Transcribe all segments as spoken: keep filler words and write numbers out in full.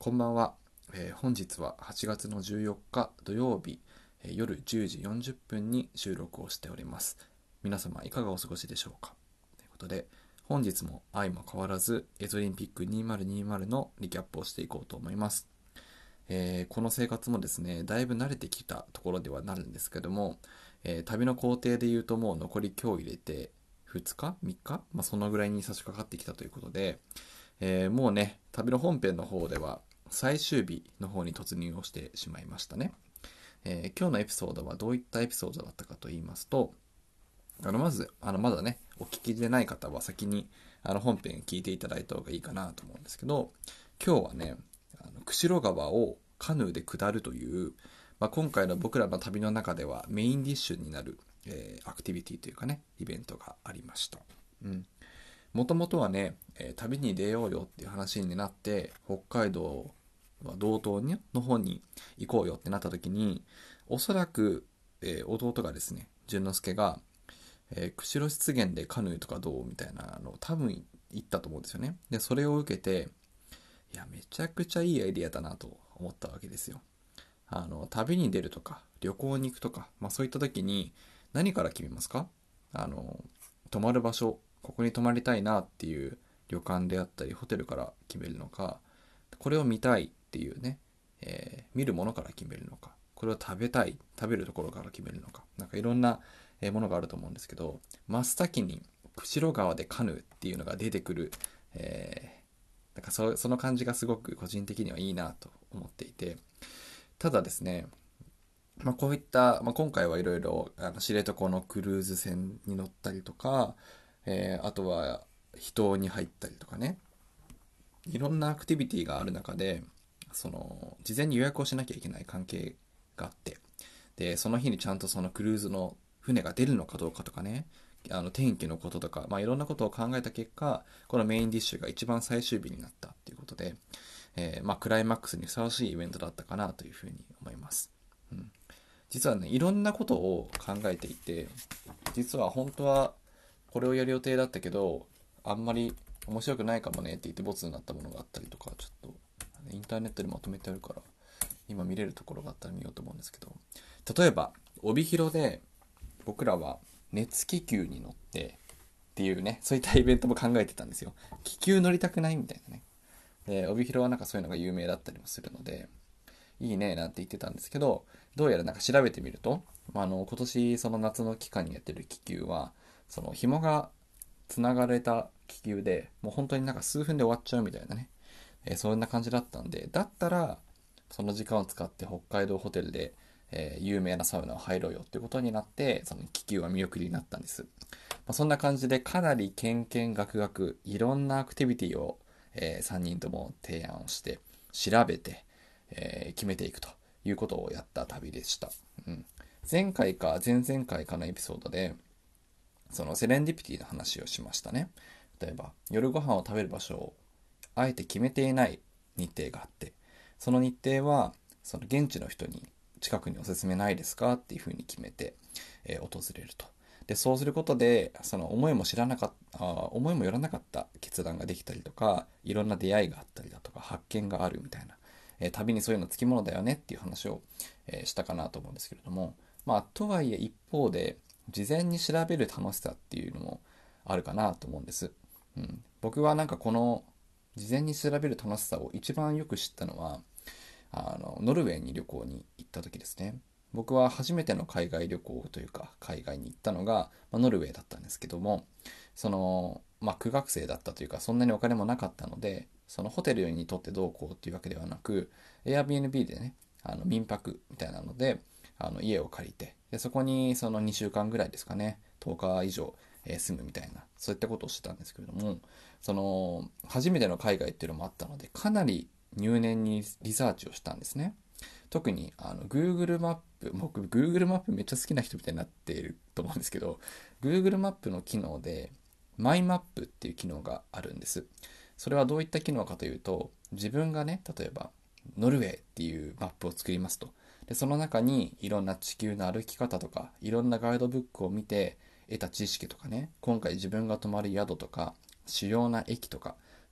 こんばんは、えー本日ははちがつのじゅうよっか土曜日、えー夜じゅうじよんじゅっぷんに収録をしております。皆様いかがお過ごしでしょうか。ということで、本日も相も変わらずエゾリンピックにせんにじゅうのリキャップをしていこうと思います。えーこの生活もですね、だいぶ慣れてきたところではなるんですけども、えー旅の工程で言うともう残り今日入れてふつか みっか、まあ、そのぐらいに差し掛かってきたということで、えーもうね、旅の本編の方では最終日の方に突入をしてしまいましたね。えー今日のエピソードはどういったエピソードだったかと言いますと、あのまず、あのまだね、お聞きでない方は先にあの本編聞いていただいた方がいいかなと思うんですけど、今日はね、あの釧路川をカヌーで下るという、まあ、今回の僕らの旅の中ではメインディッシュになる、えーアクティビティというかね、イベントがありました。うん。もともとはね、えー旅に出ようよっていう話になって、北海道は道東にの方に行こうよってなった時に、おそらく、えー弟がですね、淳之介が、えー釧路湿原でカヌーとかどうみたいなのを多分言ったと思うんですよね。で、それを受けて、いや、めちゃくちゃいいアイディアだなと思ったわけですよ。あの、旅に出るとか、旅行に行くとか、まあそういった時に何から決めますか？あの、泊まる場所、ここに泊まりたいなっていう旅館であったり、ホテルから決めるのか、これを見たいっていうね、えー見るものから決めるのか、これを食べたい、食べるところから決めるのか、なんかいろんなえーものがあると思うんですけど、真っ先に釧路川でカヌーっていうのが出てくる、えーなんかそその感じがすごく個人的にはいいなと思っていて、ただですね、まあ、こういった、まあ、今回はいろいろあの知床のクルーズ船に乗ったりとか、えーあとは人に入ったりとかね、いろんなアクティビティがある中で、その事前に予約をしなきゃいけない関係があって、でその日にちゃんとそのクルーズの船が出るのかどうかとかね、あの天気のこととか、まあ、いろんなことを考えた結果、このメインディッシュが一番最終日になったっていうことで、えーまあ、クライマックスにふさわしいイベントだったかなというふうに思います。うん、実はね、いろんなことを考えていて、実は本当はこれをやる予定だったけど、あんまり面白くないかもねって言ってボツになったものがあったりとか、ちょっとインターネットでまとめてあるから、今見れるところがあったら見ようと思うんですけど、例えば、帯広で僕らは熱気球に乗ってっていうね、そういったイベントも考えてたんですよ。気球乗りたくないみたいなね。で、帯広はなんかそういうのが有名だったりもするので、いいねなんて言ってたんですけど、どうやらなんか調べてみると、まあ、あの今年その夏の期間にやってる気球は、その紐がつながれた気球で、もう本当になんか数分で終わっちゃうみたいなね、えーそんな感じだったんで、だったらその時間を使って北海道ホテルで、えー有名なサウナを入ろうよってことになって、その気球は見送りになったんです。まあ、そんな感じでかなりけんけんがくがくいろんなアクティビティを、えーさんにんとも提案をして調べて、えー決めていくということをやった旅でした。うん、前回か前々回かのエピソードでそのセレンディピティの話をしましたね。例えば夜ご飯を食べる場所をあえて決めていない日程があって、その日程はその現地の人に近くにおすすめないですかっていうふうに決めて、えー訪れると。で、そうすることで、その思いも知らなかった、あ思いもよらなかった決断ができたりとか、いろんな出会いがあったりだとか、発見があるみたいな、えー旅にそういうのつきものだよねっていう話を、えーしたかなと思うんですけれども、まあ、とはいえ一方で、事前に調べる楽しさっていうのもあるかなと思うんです。うん、僕はなんかこの事前に調べる楽しさを一番よく知ったのは、あの、ノルウェーに旅行に行った時ですね。僕は初めての海外旅行というか、海外に行ったのが、まあ、ノルウェーだったんですけども、その、まあ、苦学生だったというか、そんなにお金もなかったので、そのホテルにとってどうこうっていうわけではなく、Airbnb でね、あの民泊みたいなので、あの家を借りて、でそこにそのにしゅうかんぐらいですかね、とおか以上、えー住むみたいな、そういったことをしてたんですけれども、その、初めての海外っていうのもあったので、かなり入念にリサーチをしたんですね。特にあの Google マップ、僕 Google マップめっちゃ好きな人みたいになっていると思うんですけど、Google マップの機能でマイマップっていう機能があるんです。それはどういった機能かというと、自分がね、例えばノルウェーっていうマップを作りますと。で、その中にいろんな地球の歩き方とか、いろんなガイドブックを見て得た知識とかね、今回自分が泊まる宿とか、主要な駅とか、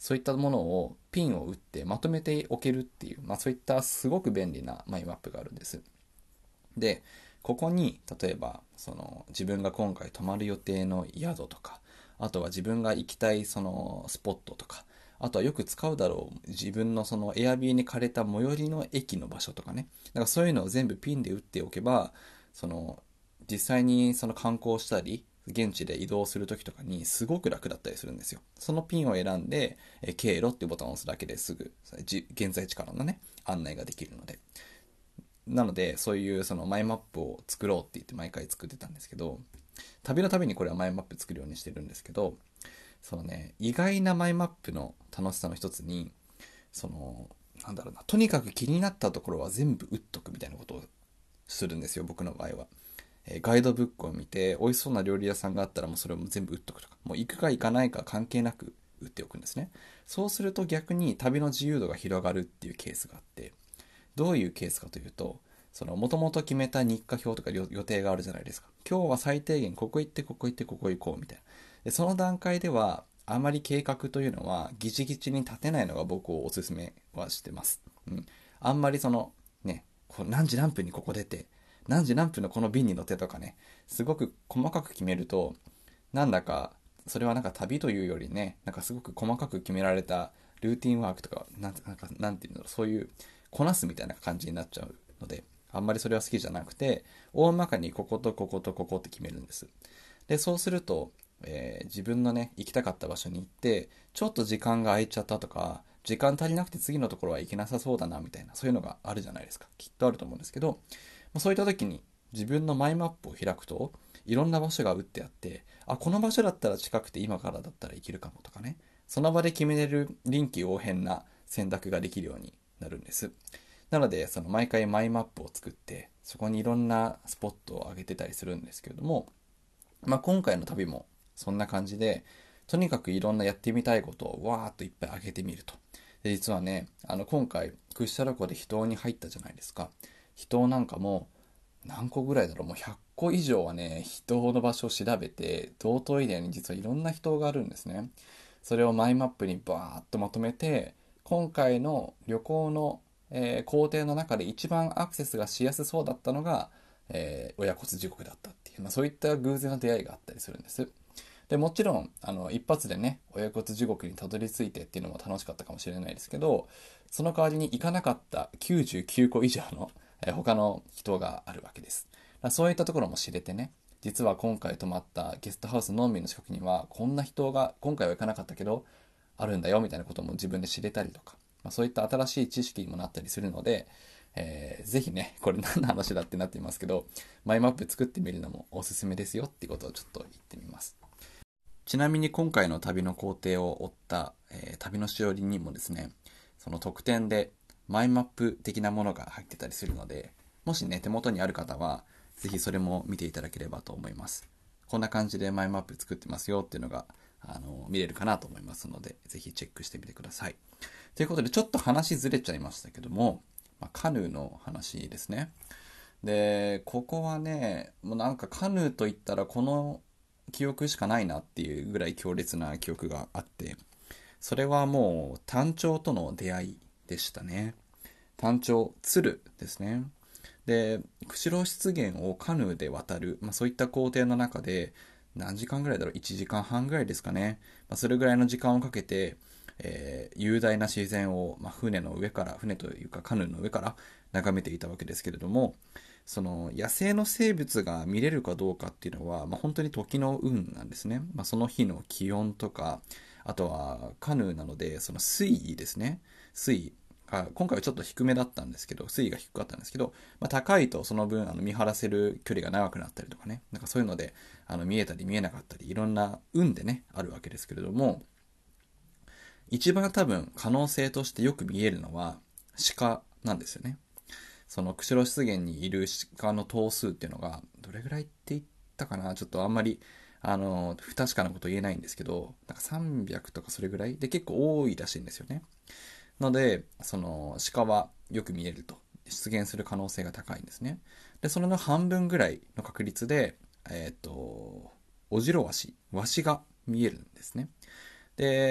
そういったものをピンを打ってまとめておけるっていう、まあそういったすごく便利なマイマップがあるんです。で、ここに例えばその自分が今回泊まる予定の宿とか、あとは自分が行きたいそのスポットとか、あとはよく使うだろう自分のそのエアビーに借りた最寄りの駅の場所とかね、だからそういうのを全部ピンで打っておけば、その実際にその観光したり現地で移動するときとかにすごく楽だったりするんですよ。そのピンを選んで、え経路っていうボタンを押すだけですぐ現在地からのね案内ができるので、なのでそういうそのマイマップを作ろうって言って毎回作ってたんですけど、旅のたびにこれはマイマップ作るようにしてるんですけど、そのね、意外なマイマップの楽しさの一つに、そのなんだろうな、とにかく気になったところは全部打っとくみたいなことをするんですよ、僕の場合は。えーガイドブックを見て美味しそうな料理屋さんがあったらもうそれを全部打っとくとか、もう行くか行かないか関係なく打っておくんですね。そうすると逆に旅の自由度が広がるっていうケースがあって、どういうケースかというと、その元々決めた日課表とか予定があるじゃないですか。今日は最低限ここ行ってここ行ってここ行こうみたいな。でその段階ではあまり計画というのはギチギチに立てないのが僕をおすすめはしてます。うん。あんまりそのね、こう何時何分にここ出て、何時何分のこの便に乗ってとかね、すごく細かく決めると、なんだかそれはなんか旅というよりね、なんかすごく細かく決められたルーティンワークとか、なんなんかなんていうんだろう、そういうこなすみたいな感じになっちゃうので、あんまりそれは好きじゃなくて、大まかにこことこことここって決めるんです。で、そうすると、えー自分のね、行きたかった場所に行って、ちょっと時間が空いちゃったとか、時間足りなくて次のところは行けなさそうだなみたいな、そういうのがあるじゃないですか。きっとあると思うんですけど、まあそういった時に自分のマイマップを開くと、いろんな場所が打ってあって、あ、この場所だったら近くて今からだったら行けるかもとかね、その場で決めれる臨機応変な選択ができるようになるんです。なので、その毎回マイマップを作って、そこにいろんなスポットを上げてたりするんですけれども、まあ、今回の旅もそんな感じで、とにかくいろんなやってみたいことをわーっといっぱい上げてみると。で、実はね、あの今回、屈斜路湖で秘湯に入ったじゃないですか。秘湯なんかも何個ぐらいだろう、もうひゃっこ以上はね、秘湯の場所を調べて、道東エリアに実はいろんな秘湯があるんですね。それをマイマップにバーッとまとめて、今回の旅行の、えー工程の中で一番アクセスがしやすそうだったのが、えー親骨地獄だったっていう、まあ、そういった偶然の出会いがあったりするんです。で、もちろん、あの、一発でね、親骨地獄にたどり着いてっていうのも楽しかったかもしれないですけど、その代わりに行かなかったきゅうじゅうきゅうこ以上の、えー他の人があるわけです。だからそういったところも知れてね、実は今回泊まったゲストハウスのんびの近くには、こんな人が、今回は行かなかったけど、あるんだよみたいなことも自分で知れたりとか、まあ、そういった新しい知識にもなったりするので、えーぜひね、これ何の話だってなっていますけど、マイマップ作ってみるのもおすすめですよっていうことをちょっと言ってみます。ちなみに今回の旅の工程を追った、えー旅のしおりにもですね、その特典でマイマップ的なものが入ってたりするので、もしね、手元にある方は、ぜひそれも見ていただければと思います。こんな感じでマイマップ作ってますよっていうのが、あの、見れるかなと思いますので、ぜひチェックしてみてください。ということで、ちょっと話ずれちゃいましたけども、まあ、カヌーの話ですね。で、ここはね、もうなんかカヌーといったらこの記憶しかないなっていうぐらい強烈な記憶があって、それはもうタンチョウとの出会いでしたね。タンチョウ、鶴ですね。で、釧路湿原をカヌーで渡る、まあ、そういった工程の中で、何時間ぐらいだろう ?いち 時間半ぐらいですかね。まあ、それぐらいの時間をかけて、えー雄大な自然を、まあ、船の上から、船というかカヌーの上から眺めていたわけですけれども、その野生の生物が見れるかどうかっていうのは、まあ、本当に時の運なんですね。まあ、その日の気温とか、あとはカヌーなので、その水位ですね。水位が、今回はちょっと低めだったんですけど、水位が低かったんですけど、まあ、高いとその分あの見晴らせる距離が長くなったりとかね、なんかそういうのであの見えたり見えなかったり、いろんな運でね、あるわけですけれども、一番多分可能性としてよく見えるのは鹿なんですよね。その釧路湿原にいる鹿の頭数っていうのがどれぐらいって言ったかな、ちょっとあんまりあの不確かなこと言えないんですけど、なんかさんびゃくとかそれぐらいで結構多いらしいんですよね。のでその鹿はよく見えると、出現する可能性が高いんですね。でそれの半分ぐらいの確率でえっ、とオジロワシワシが見えるんですね。で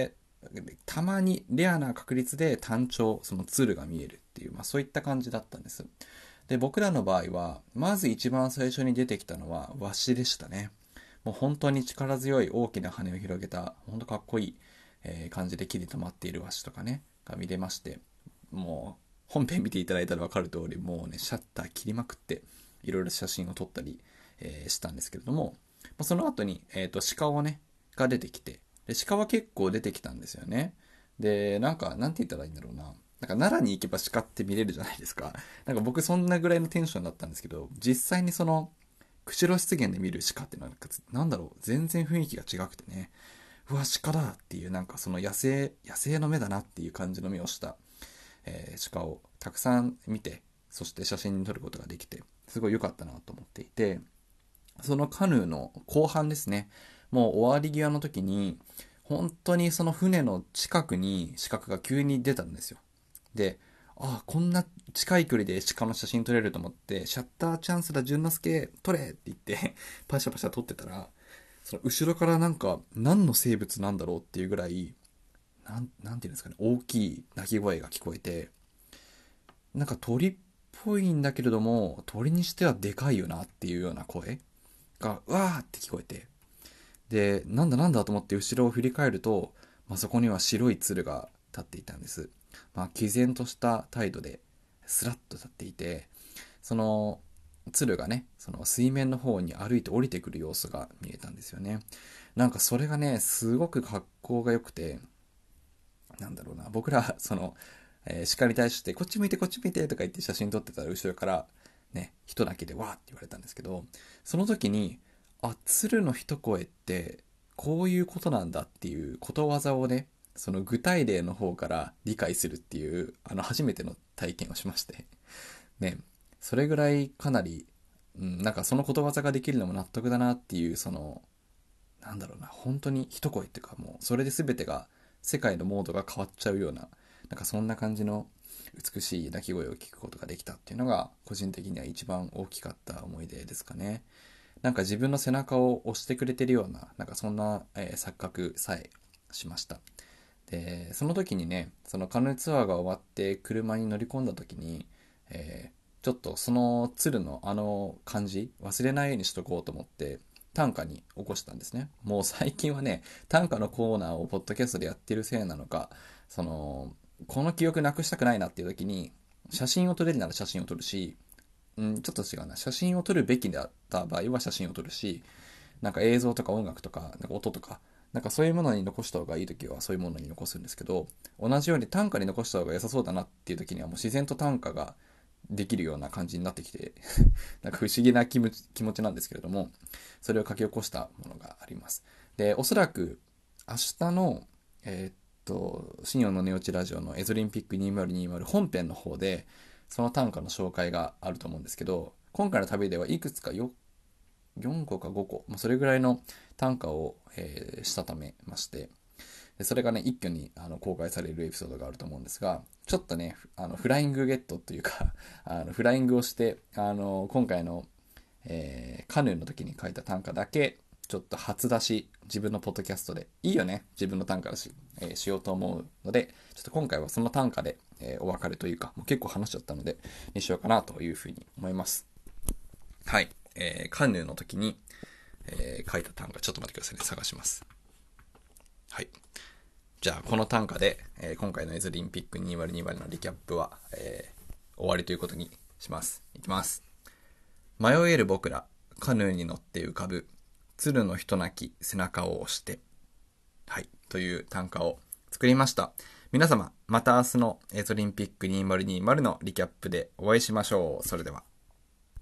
たまにレアな確率で単調、その鶴が見えるっていう、まあそういった感じだったんです。で、僕らの場合は、まず一番最初に出てきたのはワシでしたね。もう本当に力強い大きな羽を広げた、本当かっこいい、えー感じで木に止まっているワシとかね、が見れまして、もう本編見ていただいたら分かる通り、もうね、シャッター切りまくって、いろいろ写真を撮ったり、えーしたんですけれども、まあその後に、えっと、鹿をね、が出てきて、で、鹿は結構出てきたんですよね。で、なんか、なんて言ったらいいんだろうな。なんか奈良に行けば鹿って見れるじゃないですか。なんか僕そんなぐらいのテンションだったんですけど、実際にその、釧路湿原で見る鹿っていうのはなんか、なんだろう、全然雰囲気が違くてね、うわ、鹿だっていう、なんかその野生、野生の目だなっていう感じの目をした、えー鹿をたくさん見て、そして写真に撮ることができて、すごい良かったなと思っていて、そのカヌーの後半ですね、もう終わり際の時に、本当にその船の近くに視覚が急に出たんですよ。で、ああ、こんな近い距離で鹿の写真撮れると思って、シャッターチャンスだ、淳之介、撮れって言って、パシャパシャ撮ってたら、その後ろからなんか、何の生物なんだろうっていうぐらい、なん、なんていうんですかね、大きい鳴き声が聞こえて、なんか鳥っぽいんだけれども、鳥にしてはでかいよなっていうような声が、うわーって聞こえて、で、なんだなんだと思って後ろを振り返ると、まあ、そこには白い鶴が立っていたんです。まあ、毅然とした態度で、スラッと立っていて、その、鶴がね、その水面の方に歩いて降りてくる様子が見えたんですよね。なんかそれがね、すごく格好が良くて、なんだろうな、僕ら、その、えー鹿に対して、こっち向いてこっち向いてとか言って写真撮ってたら後ろから、ね、人だけでわーって言われたんですけど、その時に、あ、鶴の一声って、こういうことなんだっていうことわざをね、その具体例の方から理解するっていう、あの、初めての体験をしまして、ね、それぐらいかなり、うん、なんかそのことわざができるのも納得だなっていう、その、なんだろうな、本当に一声っていうかもう、それで全てが、世界のモードが変わっちゃうような、なんかそんな感じの美しい鳴き声を聞くことができたっていうのが、個人的には一番大きかった思い出ですかね。なんか自分の背中を押してくれてるような、なんかそんな、えー錯覚さえしました。で、その時にね、そのカヌーツアーが終わって車に乗り込んだ時に、えーちょっとその鶴のあの感じ、忘れないようにしとこうと思って、短歌に起こしたんですね。もう最近はね、短歌のコーナーをポッドキャストでやってるせいなのか、その、この記憶なくしたくないなっていう時に、写真を撮れるなら写真を撮るし、うん、ちょっと違うな。写真を撮るべきだった場合は写真を撮るし、なんか映像とか音楽とか、なんか音とか、なんかそういうものに残した方がいい時はそういうものに残すんですけど、同じように短歌に残した方が良さそうだなっていう時にはもう自然と短歌ができるような感じになってきて、なんか不思議な気持ち気持ちなんですけれども、それを書き起こしたものがあります。で、おそらく明日の、えーっと、深夜の寝落ちラジオのエゾリンピックにせんにじゅう本編の方で、その短歌の紹介があると思うんですけど、今回の旅ではいくつかよよんこかごこ、まあ、それぐらいの短歌を、えーしたためまして、でそれがね、一挙にあの公開されるエピソードがあると思うんですが、ちょっとね、あのフライングゲットというかあのフライングをして、あの今回の、えーカヌーの時に書いた短歌だけ、ちょっと初出し、自分のポッドキャストで、いいよね、自分の短歌だし、えーしようと思うので、ちょっと今回はその短歌で、えーお別れというか、もう結構話しちゃったので、にしようかなというふうに思います。はい。えーカヌーの時に、えー書いた短歌、ちょっと待ってくださいね、探します。はい。じゃあ、この短歌で、えー今回のエゾリンピックにせんにじゅうのリキャップは、えー終わりということにします。いきます。迷える僕ら、カヌーに乗って浮かぶ、鶴のひと鳴き、背中を押して。はい。という短歌を作りました。皆様、また明日のエゾリンピックにせんにじゅうのリキャップでお会いしましょう。それでは。